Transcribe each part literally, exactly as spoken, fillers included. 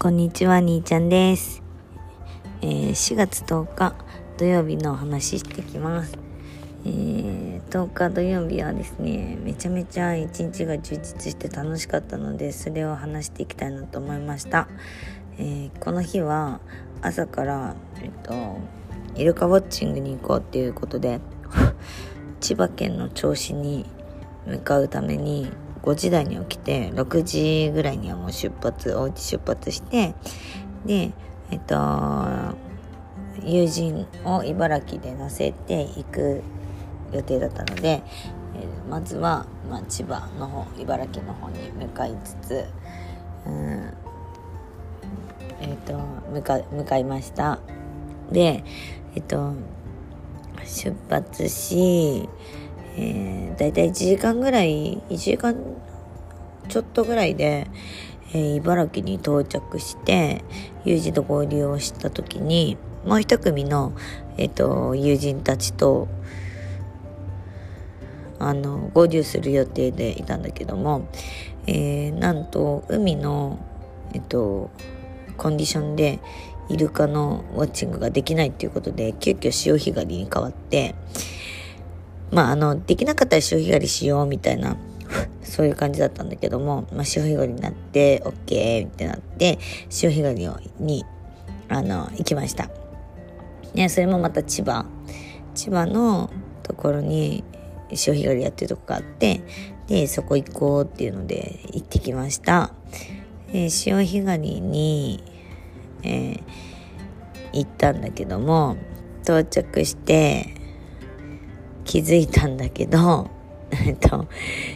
こんにちは、にーちゃんです。えー、しがつとおか土曜日のお話してきます。えー、とおか土曜日はですね、めちゃめちゃ一日が充実して楽しかったので、それを話していきたいなと思いました。えー、この日は朝から、えっと、イルカウォッチングに行こうっていうことで千葉県の銚子に向かうためにごじ台に起きて、ろくじぐらいにはもう出発お家出発して、でえっと友人を茨城で乗せて行く予定だったので、えー、まずは、まあ、千葉の方茨城の方に向かいつつ、うんえっと向か向かいました。でえっと出発し、えー、だいたいいちじかんぐらいいちじかんちょっとぐらいで、えー、茨城に到着して友人と合流をした時に、もう一組の、えー、と友人たちとあの合流する予定でいたんだけども、えー、なんと海の、えー、とコンディションでイルカのウォッチングができないということで、急遽潮干狩りに変わって、まああのできなかったら潮干狩りしようみたいなそういう感じだったんだけども、まあ、潮干狩りになって OK ってなって潮干狩りにあの行きました。ね、それもまた千葉千葉のところに潮干狩りやってるとこがあって、でそこ行こうっていうので行ってきました。えー、潮干狩りに、えー、行ったんだけども、到着して気づいたんだけどえっと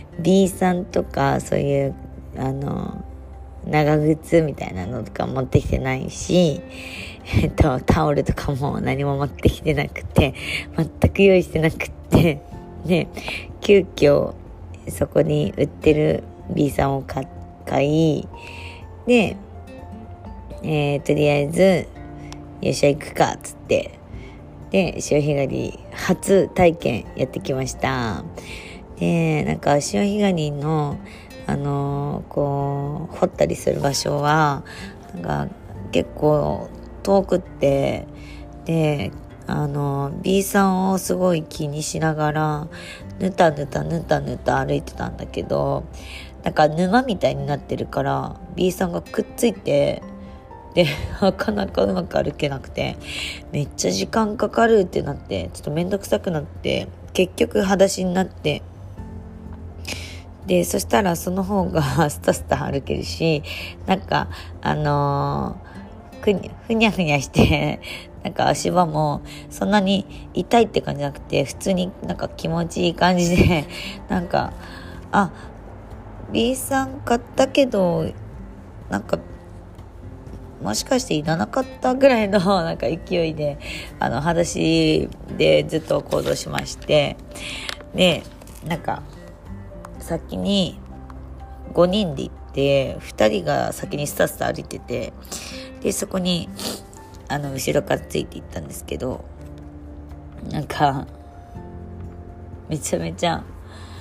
B さんとかそういうあの長靴みたいなのとか持ってきてないし、えっとタオルとかも何も持ってきてなくて、全く用意してなくて、で急遽そこに売ってる B さんを買い、で、えー、とりあえずよっしゃ行くかっつってで潮干狩り初体験やってきました。でなんか潮干狩りのあのー、こう掘ったりする場所はなんか結構遠くって、であの B さんをすごい気にしながらぬたぬたぬたぬた歩いてたんだけど、なんか沼みたいになってるから B さんがくっついて、でなかなかうまく歩けなくてめっちゃ時間かかるってなって、ちょっとめんどくさくなって結局裸足になって、でそしたらその方がスタスタ歩けるし、なんかあのー、ふにふにゃふにゃしてなんか足場もそんなに痛いって感じじゃなくて、普通になんか気持ちいい感じでなんかあ B さん買ったけどなんかもしかしていらなかったぐらいのなんか勢いであの裸足でずっと行動しまして、でなんか先にごにんで行ってふたりが先にスタスタ歩いてて、でそこにあの後ろからついていったんですけど、なんかめちゃめちゃ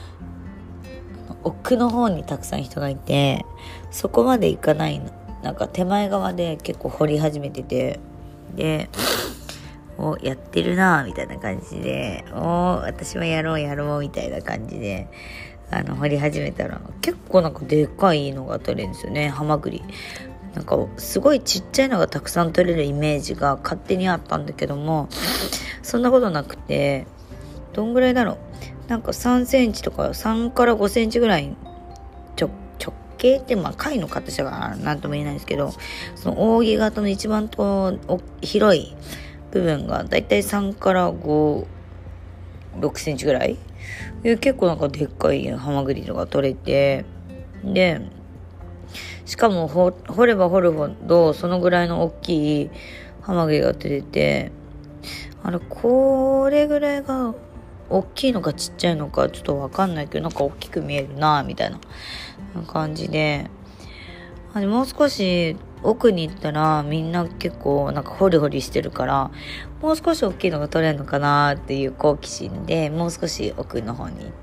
奥の方にたくさん人がいて、そこまで行かないの、なんか手前側で結構掘り始めてて、でおやってるなみたいな感じで、お私はやろうやろうみたいな感じであの掘り始めたら結構なんかでかいのが取れるんですよね、ハマグリ。なんかすごいちっちゃいのがたくさん取れるイメージが勝手にあったんだけども、そんなことなくて、どんぐらいだろう、なんかさんセンチとかさんからごセンチぐらい直直径って、まあ貝の形がなんとも言えないんですけど、その扇形の一番と広い部分がだいたいさんからご、ろくセンチぐらい、結構なんかでっかいハマグリとか取れて、でしかもほ掘れば掘るほどそのぐらいの大きいハマグリが出てて、あれこれぐらいが大きいのかちっちゃいのかちょっと分かんないけど、なんか大きく見えるなみたいな感じで、あもう少し奥に行ったらみんな結構なんかホリホリしてるから、もう少し大きいのが取れるのかなっていう好奇心でもう少し奥の方に行って、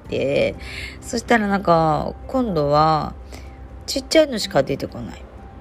そしたらなんか今度はちっちゃいのしか出てこない。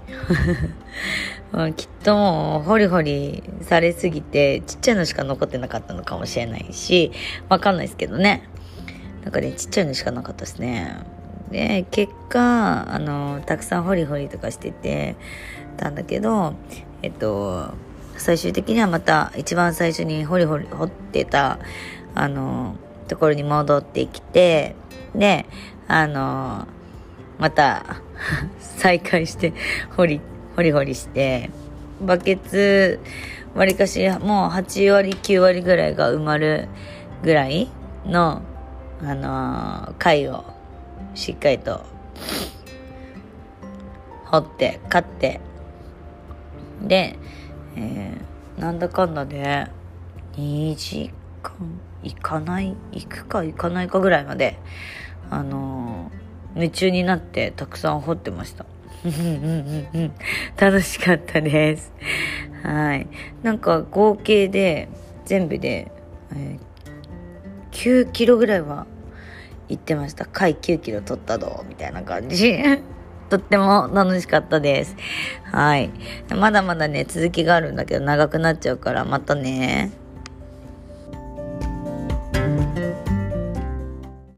きっともうホリホリされすぎてちっちゃいのしか残ってなかったのかもしれないし、わかんないですけどね。なんかね、ちっちゃいのしかなかったですね。で、結果あのたくさんホリホリとかしててたんだけど、えっと最終的にはまた一番最初にホリホリ掘ってたあのところに戻ってきて、であのまた再開してホリホリホリして、バケツわりかしもうはちわりきゅうわりぐらいが埋まるぐらいのあの貝をしっかりと掘って買って、で、えー、なんだかんだでにじかんいかない行くか行かないかぐらいまであのー、夢中になってたくさん掘ってました。楽しかったです。はい。なんか合計で全部で、えー、きゅうキロぐらいは行ってました。貝きゅうキロ取ったどみたいな感じ。とっても楽しかったです。はい。まだまだね続きがあるんだけど長くなっちゃうからまたね。